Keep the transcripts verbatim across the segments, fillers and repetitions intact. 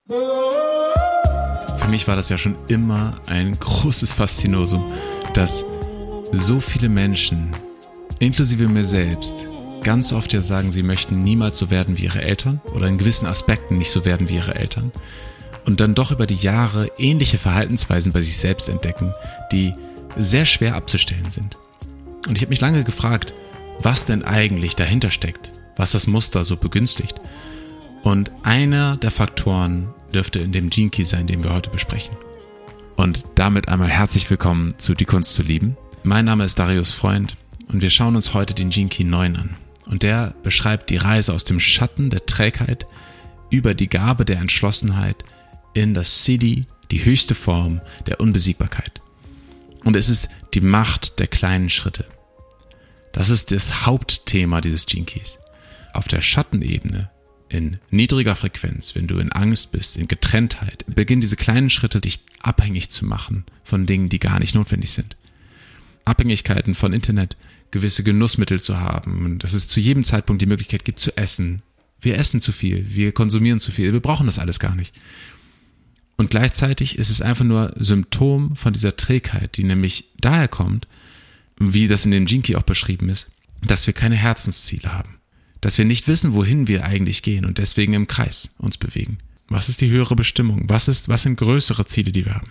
Für mich war das ja schon immer ein großes Faszinosum, dass so viele Menschen, inklusive mir selbst, ganz oft ja sagen, sie möchten niemals so werden wie ihre Eltern oder in gewissen Aspekten nicht so werden wie ihre Eltern und dann doch über die Jahre ähnliche Verhaltensweisen bei sich selbst entdecken, die sehr schwer abzustellen sind. Und ich habe mich lange gefragt, was denn eigentlich dahinter steckt, was das Muster so begünstigt. Und einer der Faktoren dürfte in dem Gene Key sein, den wir heute besprechen. Und damit einmal herzlich willkommen zu Die Kunst zu lieben. Mein Name ist Darius Freund und wir schauen uns heute den Gene Key neun an. Und der beschreibt die Reise aus dem Schatten der Trägheit über die Gabe der Entschlossenheit in das Siddhi, die höchste Form der Unbesiegbarkeit. Und es ist die Macht der kleinen Schritte. Das ist das Hauptthema dieses Gene Keys. Auf der Schattenebene, in niedriger Frequenz, wenn du in Angst bist, in Getrenntheit, beginnen diese kleinen Schritte, dich abhängig zu machen von Dingen, die gar nicht notwendig sind. Abhängigkeiten von Internet, gewisse Genussmittel zu haben, dass es zu jedem Zeitpunkt die Möglichkeit gibt zu essen. Wir essen zu viel, wir konsumieren zu viel, wir brauchen das alles gar nicht. Und gleichzeitig ist es einfach nur Symptom von dieser Trägheit, die nämlich daher kommt, wie das in dem Gene Key auch beschrieben ist, dass wir keine Herzensziele haben. Dass wir nicht wissen, wohin wir eigentlich gehen und deswegen im Kreis uns bewegen. Was ist die höhere Bestimmung? Was ist, was sind größere Ziele, die wir haben?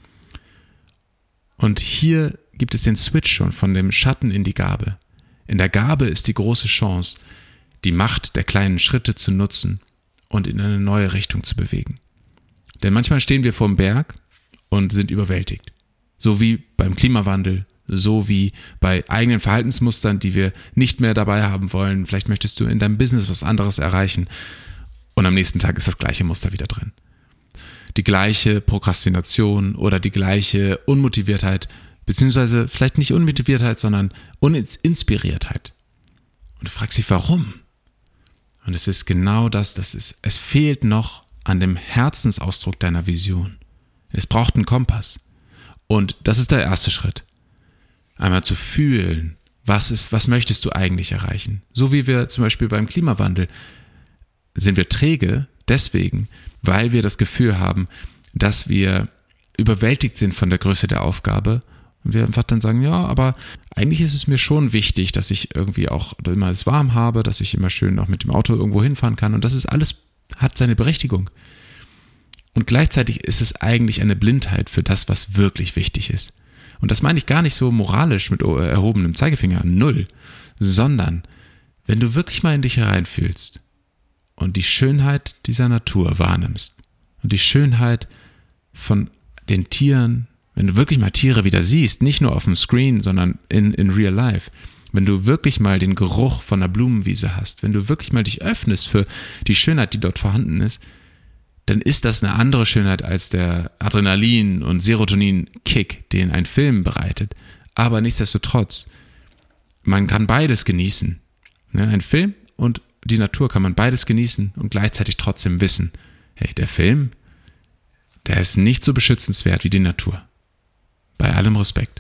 Und hier gibt es den Switch schon von dem Schatten in die Gabe. In der Gabe ist die große Chance, die Macht der kleinen Schritte zu nutzen und in eine neue Richtung zu bewegen. Denn manchmal stehen wir vorm Berg und sind überwältigt. So wie beim Klimawandel, so wie bei eigenen Verhaltensmustern, die wir nicht mehr dabei haben wollen. Vielleicht möchtest du in deinem Business was anderes erreichen und am nächsten Tag ist das gleiche Muster wieder drin. Die gleiche Prokrastination oder die gleiche Unmotiviertheit, beziehungsweise vielleicht nicht Unmotiviertheit, sondern Uninspiriertheit. Und du fragst dich, warum? Und es ist genau das, das ist, es fehlt noch an dem Herzensausdruck deiner Vision. Es braucht einen Kompass. Und das ist der erste Schritt. Einmal zu fühlen, was ist, was möchtest du eigentlich erreichen? So wie wir zum Beispiel beim Klimawandel sind wir träge deswegen, weil wir das Gefühl haben, dass wir überwältigt sind von der Größe der Aufgabe und wir einfach dann sagen, ja, aber eigentlich ist es mir schon wichtig, dass ich irgendwie auch immer es warm habe, dass ich immer schön auch mit dem Auto irgendwo hinfahren kann und das ist alles, hat seine Berechtigung. Und gleichzeitig ist es eigentlich eine Blindheit für das, was wirklich wichtig ist. Und das meine ich gar nicht so moralisch mit erhobenem Zeigefinger, null, sondern wenn du wirklich mal in dich hereinfühlst und die Schönheit dieser Natur wahrnimmst und die Schönheit von den Tieren, wenn du wirklich mal Tiere wieder siehst, nicht nur auf dem Screen, sondern in, in real life, wenn du wirklich mal den Geruch von einer Blumenwiese hast, wenn du wirklich mal dich öffnest für die Schönheit, die dort vorhanden ist, dann ist das eine andere Schönheit als der Adrenalin- und Serotonin-Kick, den ein Film bereitet. Aber nichtsdestotrotz, man kann beides genießen. Ja, ein Film und die Natur kann man beides genießen und gleichzeitig trotzdem wissen, hey, der Film, der ist nicht so beschützenswert wie die Natur. Bei allem Respekt.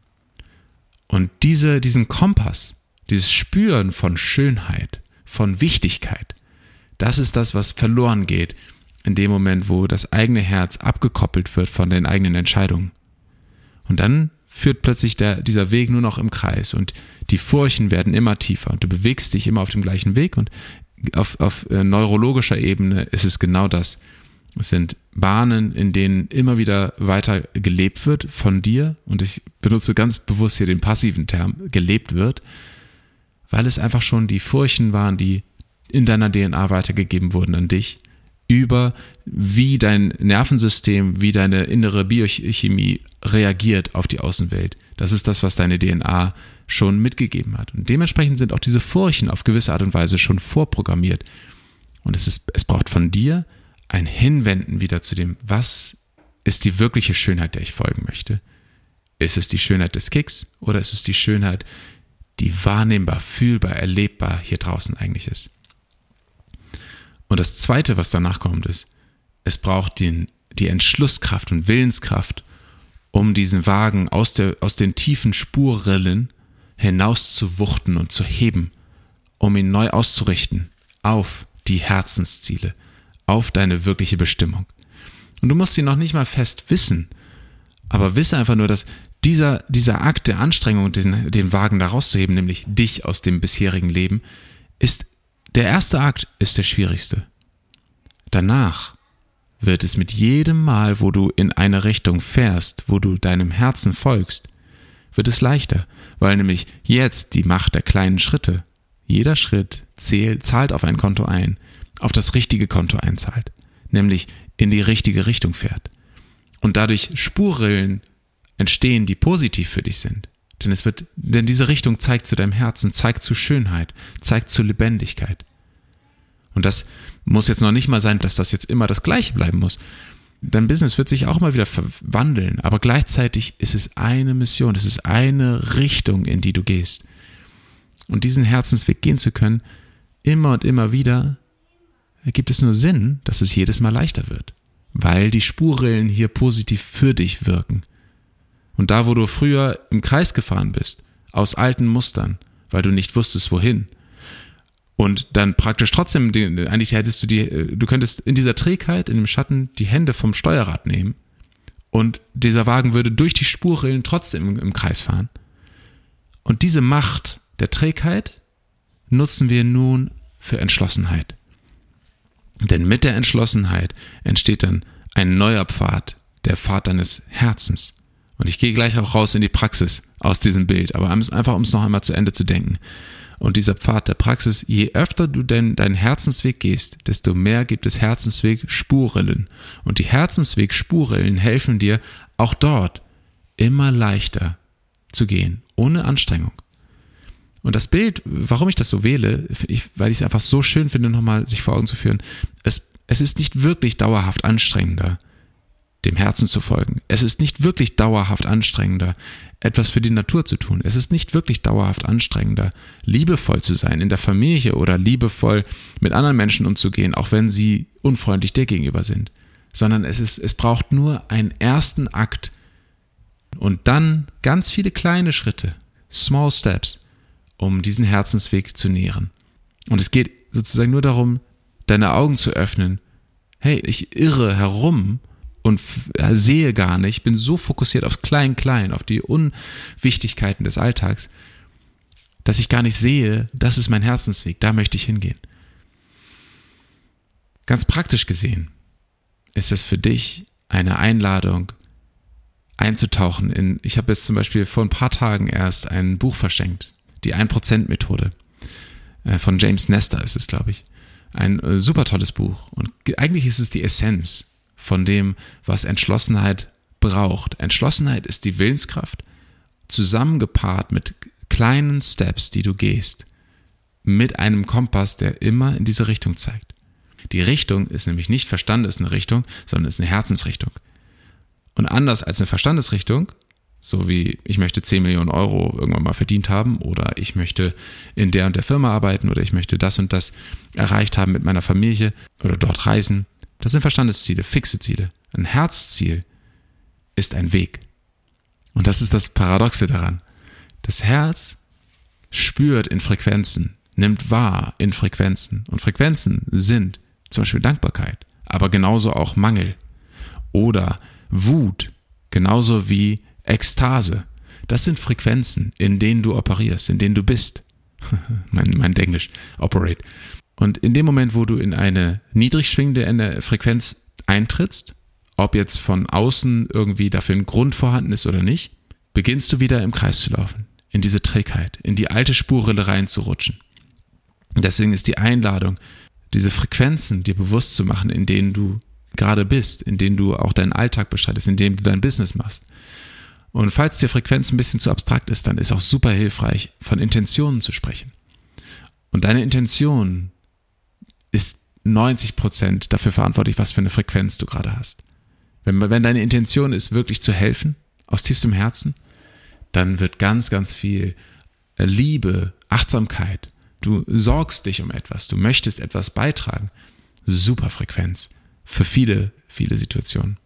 Und diese, diesen Kompass, dieses Spüren von Schönheit, von Wichtigkeit, das ist das, was verloren geht, in dem Moment, wo das eigene Herz abgekoppelt wird von den eigenen Entscheidungen. Und dann führt plötzlich der, dieser Weg nur noch im Kreis und die Furchen werden immer tiefer und du bewegst dich immer auf dem gleichen Weg und auf, auf äh, neurologischer Ebene ist es genau das. Es sind Bahnen, in denen immer wieder weiter gelebt wird von dir und ich benutze ganz bewusst hier den passiven Term, gelebt wird, weil es einfach schon die Furchen waren, die in deiner D N A weitergegeben wurden an dich, über wie dein Nervensystem, wie deine innere Biochemie reagiert auf die Außenwelt. Das ist das, was deine D N A schon mitgegeben hat. Und dementsprechend sind auch diese Furchen auf gewisse Art und Weise schon vorprogrammiert. Und es ist, es braucht von dir ein Hinwenden wieder zu dem, was ist die wirkliche Schönheit, der ich folgen möchte? Ist es die Schönheit des Kicks oder ist es die Schönheit, die wahrnehmbar, fühlbar, erlebbar hier draußen eigentlich ist? Und das Zweite, was danach kommt, ist, es braucht den, die Entschlusskraft und Willenskraft, um diesen Wagen aus, der, aus den tiefen Spurrillen hinaus zu wuchten und zu heben, um ihn neu auszurichten auf die Herzensziele, auf deine wirkliche Bestimmung. Und du musst sie noch nicht mal fest wissen, aber wisse einfach nur, dass dieser, dieser Akt der Anstrengung, den, den Wagen da rauszuheben, nämlich dich aus dem bisherigen Leben, ist der erste Akt, ist der schwierigste. Danach wird es mit jedem Mal, wo du in eine Richtung fährst, wo du deinem Herzen folgst, wird es leichter, weil nämlich jetzt die Macht der kleinen Schritte, jeder Schritt zählt, zahlt auf ein Konto ein, auf das richtige Konto einzahlt, nämlich in die richtige Richtung fährt. Und dadurch Spurrillen entstehen, die positiv für dich sind. Denn es wird, denn diese Richtung zeigt zu deinem Herzen, zeigt zu Schönheit, zeigt zu Lebendigkeit. Und das muss jetzt noch nicht mal sein, dass das jetzt immer das Gleiche bleiben muss. Dein Business wird sich auch mal wieder verwandeln, aber gleichzeitig ist es eine Mission, es ist eine Richtung, in die du gehst. Und diesen Herzensweg gehen zu können, immer und immer wieder, ergibt es nur Sinn, dass es jedes Mal leichter wird, weil die Spurrillen hier positiv für dich wirken. Und da, wo du früher im Kreis gefahren bist, aus alten Mustern, weil du nicht wusstest, wohin, und dann praktisch trotzdem, eigentlich hättest du die, du könntest in dieser Trägheit, in dem Schatten, die Hände vom Steuerrad nehmen und dieser Wagen würde durch die Spurrillen trotzdem im, im Kreis fahren. Und diese Macht der Trägheit nutzen wir nun für Entschlossenheit. Denn mit der Entschlossenheit entsteht dann ein neuer Pfad, der Pfad deines Herzens. Und ich gehe gleich auch raus in die Praxis aus diesem Bild, aber einfach, um es noch einmal zu Ende zu denken. Und dieser Pfad der Praxis, je öfter du denn deinen Herzensweg gehst, desto mehr gibt es Herzensweg-Spurrillen. Und die Herzensweg-Spurrillen helfen dir, auch dort immer leichter zu gehen, ohne Anstrengung. Und das Bild, warum ich das so wähle, ich, weil ich es einfach so schön finde, nochmal sich vor Augen zu führen, es, es ist nicht wirklich dauerhaft anstrengender, dem Herzen zu folgen. Es ist nicht wirklich dauerhaft anstrengender, etwas für die Natur zu tun. Es ist nicht wirklich dauerhaft anstrengender, liebevoll zu sein in der Familie oder liebevoll mit anderen Menschen umzugehen, auch wenn sie unfreundlich dir gegenüber sind. Sondern es ist, es braucht nur einen ersten Akt und dann ganz viele kleine Schritte, small steps, um diesen Herzensweg zu nähren. Und es geht sozusagen nur darum, deine Augen zu öffnen. Hey, ich irre herum und sehe gar nicht, bin so fokussiert aufs Klein-Klein, auf die Unwichtigkeiten des Alltags, dass ich gar nicht sehe, das ist mein Herzensweg, da möchte ich hingehen. Ganz praktisch gesehen ist es für dich eine Einladung, einzutauchen in, ich habe jetzt zum Beispiel vor ein paar Tagen erst ein Buch verschenkt, die ein Prozent Methode, von James Nestor ist es, glaube ich. Ein super tolles Buch und eigentlich ist es die Essenz von dem, was Entschlossenheit braucht. Entschlossenheit ist die Willenskraft, zusammengepaart mit kleinen Steps, die du gehst, mit einem Kompass, der immer in diese Richtung zeigt. Die Richtung ist nämlich nicht Verstand ist eine Richtung, sondern ist eine Herzensrichtung. Und anders als eine Verstandesrichtung, so wie ich möchte zehn Millionen Euro irgendwann mal verdient haben oder ich möchte in der und der Firma arbeiten oder ich möchte das und das erreicht haben mit meiner Familie oder dort reisen, das sind Verstandesziele, fixe Ziele. Ein Herzziel ist ein Weg. Und das ist das Paradoxe daran. Das Herz spürt in Frequenzen, nimmt wahr in Frequenzen. Und Frequenzen sind zum Beispiel Dankbarkeit, aber genauso auch Mangel oder Wut, genauso wie Ekstase. Das sind Frequenzen, in denen du operierst, in denen du bist. mein, mein Englisch, operate. Und in dem Moment, wo du in eine niedrig schwingende Frequenz eintrittst, ob jetzt von außen irgendwie dafür ein Grund vorhanden ist oder nicht, beginnst du wieder im Kreis zu laufen, in diese Trägheit, in die alte Spurrille reinzurutschen. Und deswegen ist die Einladung, diese Frequenzen dir bewusst zu machen, in denen du gerade bist, in denen du auch deinen Alltag bestreitest, in denen du dein Business machst. Und falls dir Frequenz ein bisschen zu abstrakt ist, dann ist auch super hilfreich, von Intentionen zu sprechen. Und deine Intention ist neunzig Prozent dafür verantwortlich, was für eine Frequenz du gerade hast. Wenn, wenn deine Intention ist, wirklich zu helfen, aus tiefstem Herzen, dann wird ganz, ganz viel Liebe, Achtsamkeit, du sorgst dich um etwas, du möchtest etwas beitragen. Super Frequenz für viele, viele Situationen.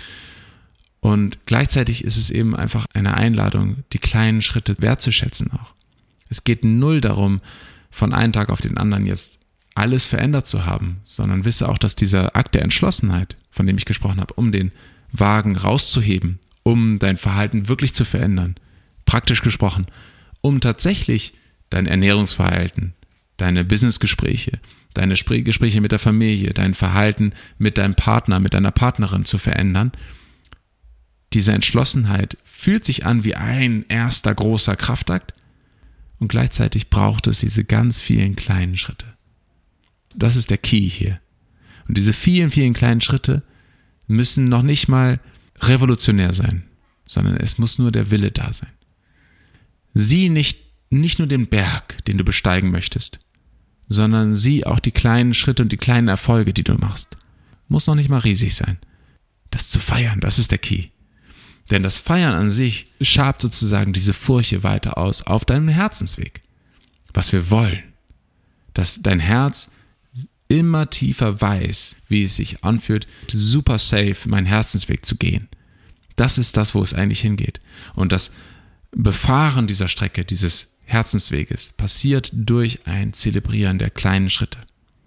Und gleichzeitig ist es eben einfach eine Einladung, die kleinen Schritte wertzuschätzen auch. Es geht null darum, von einem Tag auf den anderen jetzt alles verändert zu haben, sondern wisse auch, dass dieser Akt der Entschlossenheit, von dem ich gesprochen habe, um den Wagen rauszuheben, um dein Verhalten wirklich zu verändern, praktisch gesprochen, um tatsächlich dein Ernährungsverhalten, deine Businessgespräche, deine Gespräche mit der Familie, dein Verhalten mit deinem Partner, mit deiner Partnerin zu verändern. Diese Entschlossenheit fühlt sich an wie ein erster großer Kraftakt und gleichzeitig braucht es diese ganz vielen kleinen Schritte. Das ist der Key hier. Und diese vielen, vielen kleinen Schritte müssen noch nicht mal revolutionär sein, sondern es muss nur der Wille da sein. Sieh nicht, nicht nur den Berg, den du besteigen möchtest, sondern sieh auch die kleinen Schritte und die kleinen Erfolge, die du machst. Muss noch nicht mal riesig sein. Das zu feiern, das ist der Key. Denn das Feiern an sich schabt sozusagen diese Furche weiter aus auf deinem Herzensweg. Was wir wollen. Dass dein Herz immer tiefer weiß, wie es sich anfühlt, super safe meinen Herzensweg zu gehen. Das ist das, wo es eigentlich hingeht. Und das Befahren dieser Strecke, dieses Herzensweges, passiert durch ein Zelebrieren der kleinen Schritte.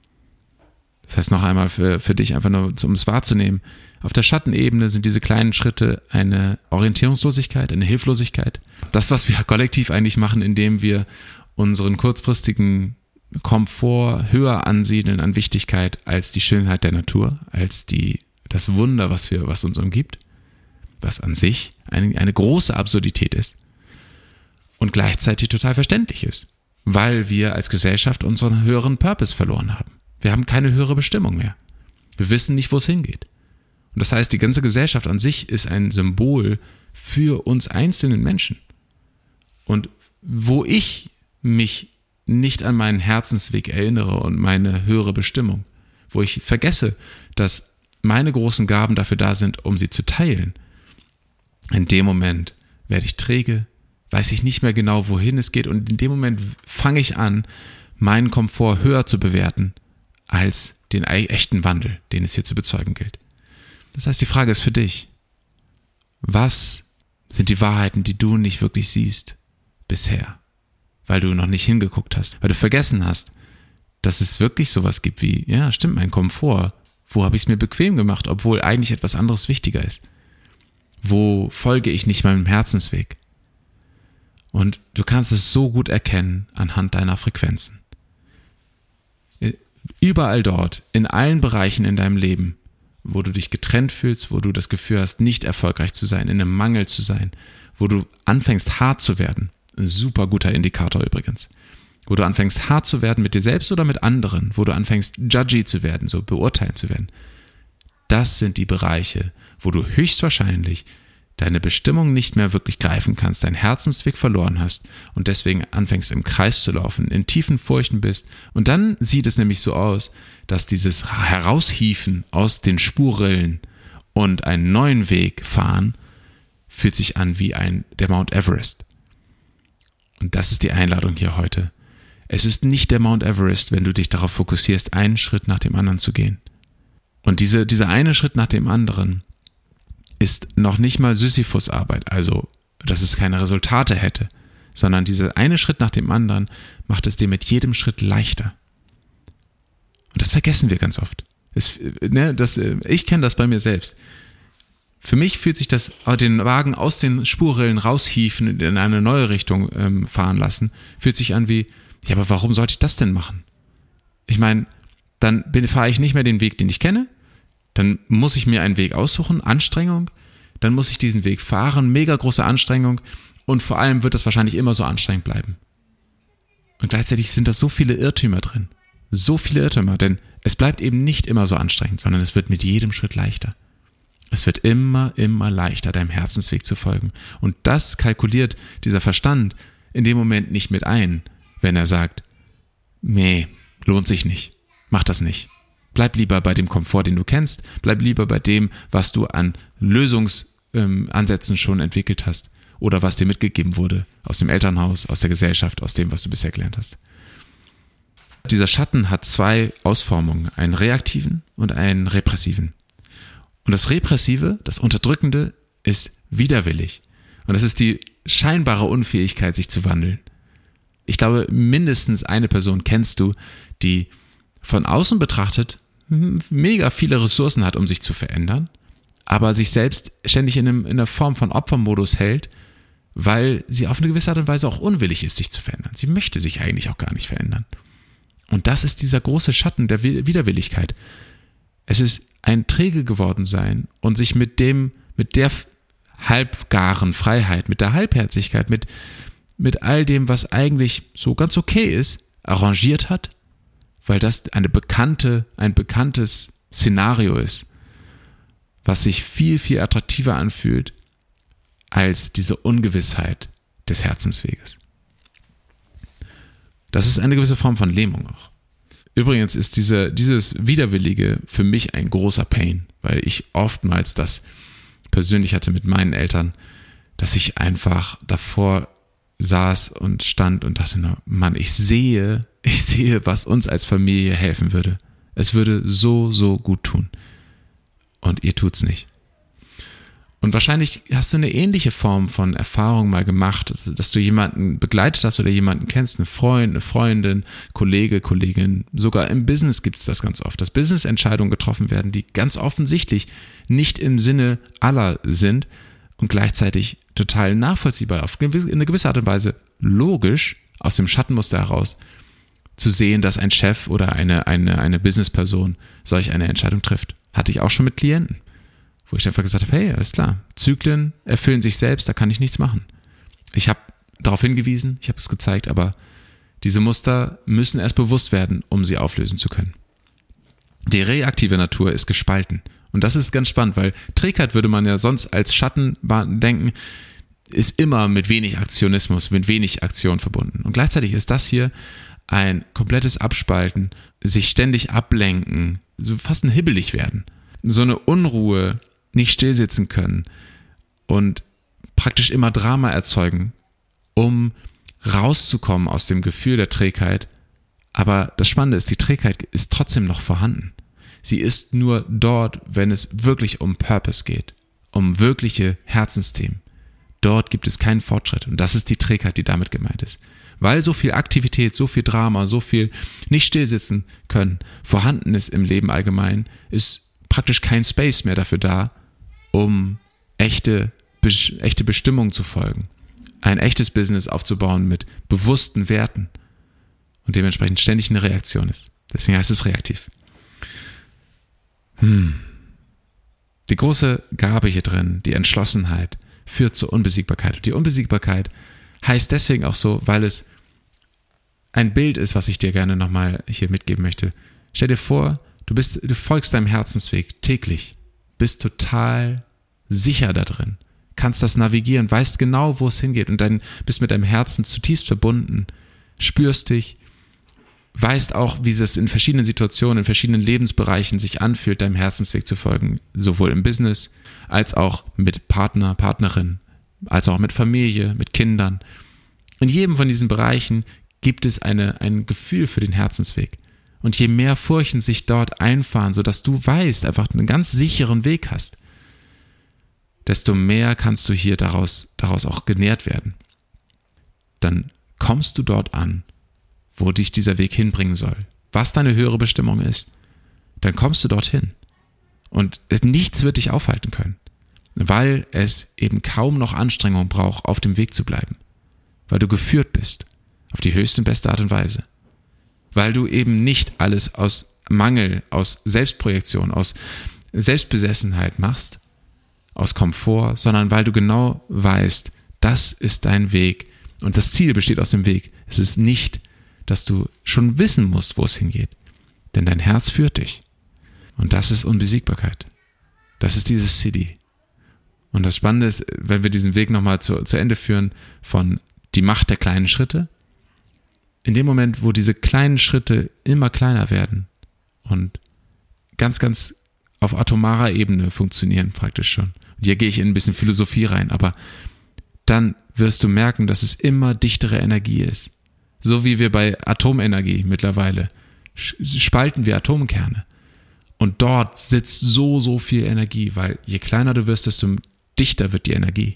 Das heißt noch einmal für, für dich einfach nur, um es wahrzunehmen, auf der Schattenebene sind diese kleinen Schritte eine Orientierungslosigkeit, eine Hilflosigkeit. Das, was wir kollektiv eigentlich machen, indem wir unseren kurzfristigen Komfort höher ansiedeln an Wichtigkeit als die Schönheit der Natur, als die, das Wunder, was, wir, was uns umgibt, was an sich eine, eine große Absurdität ist und gleichzeitig total verständlich ist, weil wir als Gesellschaft unseren höheren Purpose verloren haben. Wir haben keine höhere Bestimmung mehr. Wir wissen nicht, wo es hingeht. Und das heißt, die ganze Gesellschaft an sich ist ein Symbol für uns einzelnen Menschen. Und wo ich mich nicht an meinen Herzensweg erinnere und meine höhere Bestimmung, wo ich vergesse, dass meine großen Gaben dafür da sind, um sie zu teilen, in dem Moment werde ich träge, weiß ich nicht mehr genau, wohin es geht und in dem Moment fange ich an, meinen Komfort höher zu bewerten als den echten Wandel, den es hier zu bezeugen gilt. Das heißt, die Frage ist für dich, was sind die Wahrheiten, die du nicht wirklich siehst bisher, weil du noch nicht hingeguckt hast, weil du vergessen hast, dass es wirklich sowas gibt wie, ja, stimmt, mein Komfort, wo habe ich es mir bequem gemacht, obwohl eigentlich etwas anderes wichtiger ist? Wo folge ich nicht meinem Herzensweg? Und du kannst es so gut erkennen anhand deiner Frequenzen. Überall dort, in allen Bereichen in deinem Leben, wo du dich getrennt fühlst, wo du das Gefühl hast, nicht erfolgreich zu sein, in einem Mangel zu sein, wo du anfängst hart zu werden, ein super guter Indikator übrigens, wo du anfängst hart zu werden mit dir selbst oder mit anderen, wo du anfängst judgy zu werden, so beurteilt zu werden, das sind die Bereiche, wo du höchstwahrscheinlich deine Bestimmung nicht mehr wirklich greifen kannst, deinen Herzensweg verloren hast und deswegen anfängst im Kreis zu laufen, in tiefen Furchen bist. Und dann sieht es nämlich so aus, dass dieses Heraushieven aus den Spurrillen und einen neuen Weg fahren, fühlt sich an wie ein der Mount Everest. Und das ist die Einladung hier heute. Es ist nicht der Mount Everest, wenn du dich darauf fokussierst, einen Schritt nach dem anderen zu gehen. Und diese, dieser eine Schritt nach dem anderen ist noch nicht mal Sisyphus-Arbeit, also dass es keine Resultate hätte, sondern dieser eine Schritt nach dem anderen macht es dir mit jedem Schritt leichter. Und das vergessen wir ganz oft. Es, ne, das, ich kenne das bei mir selbst. Für mich fühlt sich das, den Wagen aus den Spurrillen raushieven und in eine neue Richtung ähm, fahren lassen, fühlt sich an wie, ja, aber warum sollte ich das denn machen? Ich meine, dann fahre ich nicht mehr den Weg, den ich kenne, dann muss ich mir einen Weg aussuchen, Anstrengung, dann muss ich diesen Weg fahren, mega große Anstrengung und vor allem wird das wahrscheinlich immer so anstrengend bleiben. Und gleichzeitig sind da so viele Irrtümer drin, so viele Irrtümer, denn es bleibt eben nicht immer so anstrengend, sondern es wird mit jedem Schritt leichter. Es wird immer, immer leichter, deinem Herzensweg zu folgen. Und das kalkuliert dieser Verstand in dem Moment nicht mit ein, wenn er sagt, nee, lohnt sich nicht, mach das nicht. Bleib lieber bei dem Komfort, den du kennst. Bleib lieber bei dem, was du an Lösungsansätzen ähm, schon entwickelt hast oder was dir mitgegeben wurde aus dem Elternhaus, aus der Gesellschaft, aus dem, was du bisher gelernt hast. Dieser Schatten hat zwei Ausformungen, einen reaktiven und einen repressiven. Und das Repressive, das Unterdrückende, ist widerwillig. Und das ist die scheinbare Unfähigkeit, sich zu wandeln. Ich glaube, mindestens eine Person kennst du, die von außen betrachtet mega viele Ressourcen hat, um sich zu verändern, aber sich selbst ständig in, einem, in einer Form von Opfermodus hält, weil sie auf eine gewisse Art und Weise auch unwillig ist, sich zu verändern. Sie möchte sich eigentlich auch gar nicht verändern. Und das ist dieser große Schatten der Widerwilligkeit. Es ist ein träge geworden sein und sich mit dem, mit der halbgaren Freiheit, mit der Halbherzigkeit, mit, mit all dem, was eigentlich so ganz okay ist, arrangiert hat, weil das eine bekannte, ein bekanntes Szenario ist, was sich viel, viel attraktiver anfühlt als diese Ungewissheit des Herzensweges. Das ist eine gewisse Form von Lähmung auch. Übrigens ist diese, dieses Widerwillige für mich ein großer Pain, weil ich oftmals das persönlich hatte mit meinen Eltern, dass ich einfach davor saß und stand und dachte nur, Mann, ich sehe, ich sehe, was uns als Familie helfen würde. Es würde so, so gut tun. Und ihr tut's nicht. Und wahrscheinlich hast du eine ähnliche Form von Erfahrung mal gemacht, dass du jemanden begleitet hast oder jemanden kennst, einen Freund, eine Freundin, Kollege, Kollegin. Sogar im Business gibt es das ganz oft, dass Business-Entscheidungen getroffen werden, die ganz offensichtlich nicht im Sinne aller sind und gleichzeitig total nachvollziehbar, auf eine gewisse Art und Weise logisch aus dem Schattenmuster heraus zu sehen, dass ein Chef oder eine, eine, eine Businessperson solch eine Entscheidung trifft. Hatte ich auch schon mit Klienten, wo ich einfach gesagt habe, hey, alles klar, Zyklen erfüllen sich selbst, da kann ich nichts machen. Ich habe darauf hingewiesen, ich habe es gezeigt, aber diese Muster müssen erst bewusst werden, um sie auflösen zu können. Die reaktive Natur ist gespalten. Und das ist ganz spannend, weil Trägheit würde man ja sonst als Schatten denken, ist immer mit wenig Aktionismus, mit wenig Aktion verbunden. Und gleichzeitig ist das hier ein komplettes Abspalten, sich ständig ablenken, so fast ein hibbelig werden. So eine Unruhe, nicht stillsitzen können und praktisch immer Drama erzeugen, um rauszukommen aus dem Gefühl der Trägheit. Aber das Spannende ist, die Trägheit ist trotzdem noch vorhanden. Sie ist nur dort, wenn es wirklich um Purpose geht, um wirkliche Herzensthemen. Dort gibt es keinen Fortschritt und das ist die Trägheit, die damit gemeint ist. Weil so viel Aktivität, so viel Drama, so viel nicht stillsitzen können vorhanden ist im Leben allgemein, ist praktisch kein Space mehr dafür da, um echte, echte Bestimmung zu folgen, ein echtes Business aufzubauen mit bewussten Werten und dementsprechend ständig eine Reaktion ist. Deswegen heißt es reaktiv. Hm. Die große Gabe hier drin, die Entschlossenheit, führt zur Unbesiegbarkeit. Und die Unbesiegbarkeit heißt deswegen auch so, weil es ein Bild ist, was ich dir gerne nochmal hier mitgeben möchte. Stell dir vor, du bist, du folgst deinem Herzensweg täglich, bist total sicher da drin, kannst das navigieren, weißt genau, wo es hingeht und dann bist mit deinem Herzen zutiefst verbunden, spürst dich, weißt auch, wie es in verschiedenen Situationen, in verschiedenen Lebensbereichen sich anfühlt, deinem Herzensweg zu folgen, sowohl im Business als auch mit Partner, Partnerin, als auch mit Familie, mit Kindern. In jedem von diesen Bereichen gibt es eine, ein Gefühl für den Herzensweg. Und je mehr Furchen sich dort einfahren, sodass du weißt, einfach einen ganz sicheren Weg hast, desto mehr kannst du hier daraus, daraus auch genährt werden. Dann kommst du dort an, wo dich dieser Weg hinbringen soll. Was deine höhere Bestimmung ist, dann kommst du dorthin. Und nichts wird dich aufhalten können, weil es eben kaum noch Anstrengung braucht, auf dem Weg zu bleiben. Weil du geführt bist, auf die höchste und beste Art und Weise. Weil du eben nicht alles aus Mangel, aus Selbstprojektion, aus Selbstbesessenheit machst, aus Komfort, sondern weil du genau weißt, das ist dein Weg und das Ziel besteht aus dem Weg. Es ist nicht, dass du schon wissen musst, wo es hingeht, denn dein Herz führt dich. Und das ist Unbesiegbarkeit. Das ist dieses City. Und das Spannende ist, wenn wir diesen Weg nochmal zu, zu Ende führen von die Macht der kleinen Schritte, in dem Moment, wo diese kleinen Schritte immer kleiner werden und ganz, ganz auf atomarer Ebene funktionieren praktisch schon. Und hier gehe ich in ein bisschen Philosophie rein, aber dann wirst du merken, dass es immer dichtere Energie ist. So wie wir bei Atomenergie mittlerweile spalten wir Atomkerne. Und dort sitzt so, so viel Energie, weil je kleiner du wirst, desto dichter wird die Energie.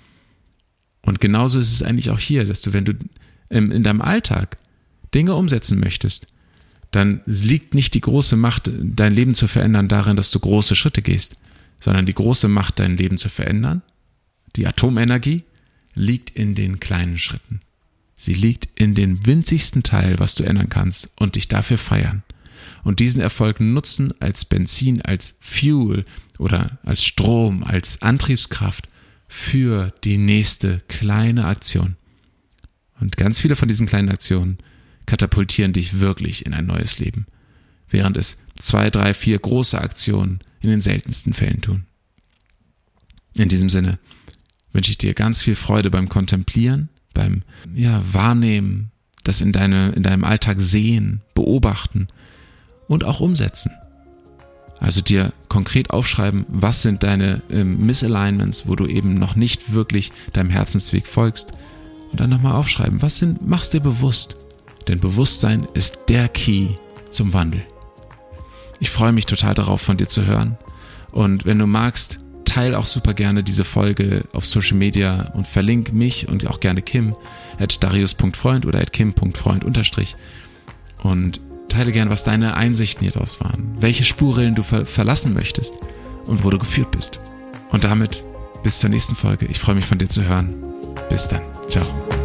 Und genauso ist es eigentlich auch hier, dass du, wenn du in deinem Alltag Dinge umsetzen möchtest, dann liegt nicht die große Macht, dein Leben zu verändern, darin, dass du große Schritte gehst, sondern die große Macht, dein Leben zu verändern, die Atomenergie, liegt in den kleinen Schritten. Sie liegt in dem winzigsten Teil, was du ändern kannst und dich dafür feiern. Und diesen Erfolg nutzen als Benzin, als Fuel oder als Strom, als Antriebskraft für die nächste kleine Aktion. Und ganz viele von diesen kleinen Aktionen katapultieren dich wirklich in ein neues Leben, während es zwei, drei, vier große Aktionen in den seltensten Fällen tun. In diesem Sinne wünsche ich dir ganz viel Freude beim Kontemplieren, beim ja, Wahrnehmen, das in, deine, in deinem Alltag sehen, beobachten und auch umsetzen. Also dir konkret aufschreiben, was sind deine ähm, Misalignments, wo du eben noch nicht wirklich deinem Herzensweg folgst. Und dann nochmal aufschreiben, was sind, mach's dir bewusst. Denn Bewusstsein ist der Key zum Wandel. Ich freue mich total darauf, von dir zu hören. Und wenn du magst, teile auch super gerne diese Folge auf Social Media und verlink mich und auch gerne Kim at darius punkt freund oder at kim punkt freund unterstrich und teile gerne, was deine Einsichten hier draus waren, welche Spurrillen du ver- verlassen möchtest und wo du geführt bist. Und damit bis zur nächsten Folge. Ich freue mich, von dir zu hören. Bis dann. Ciao.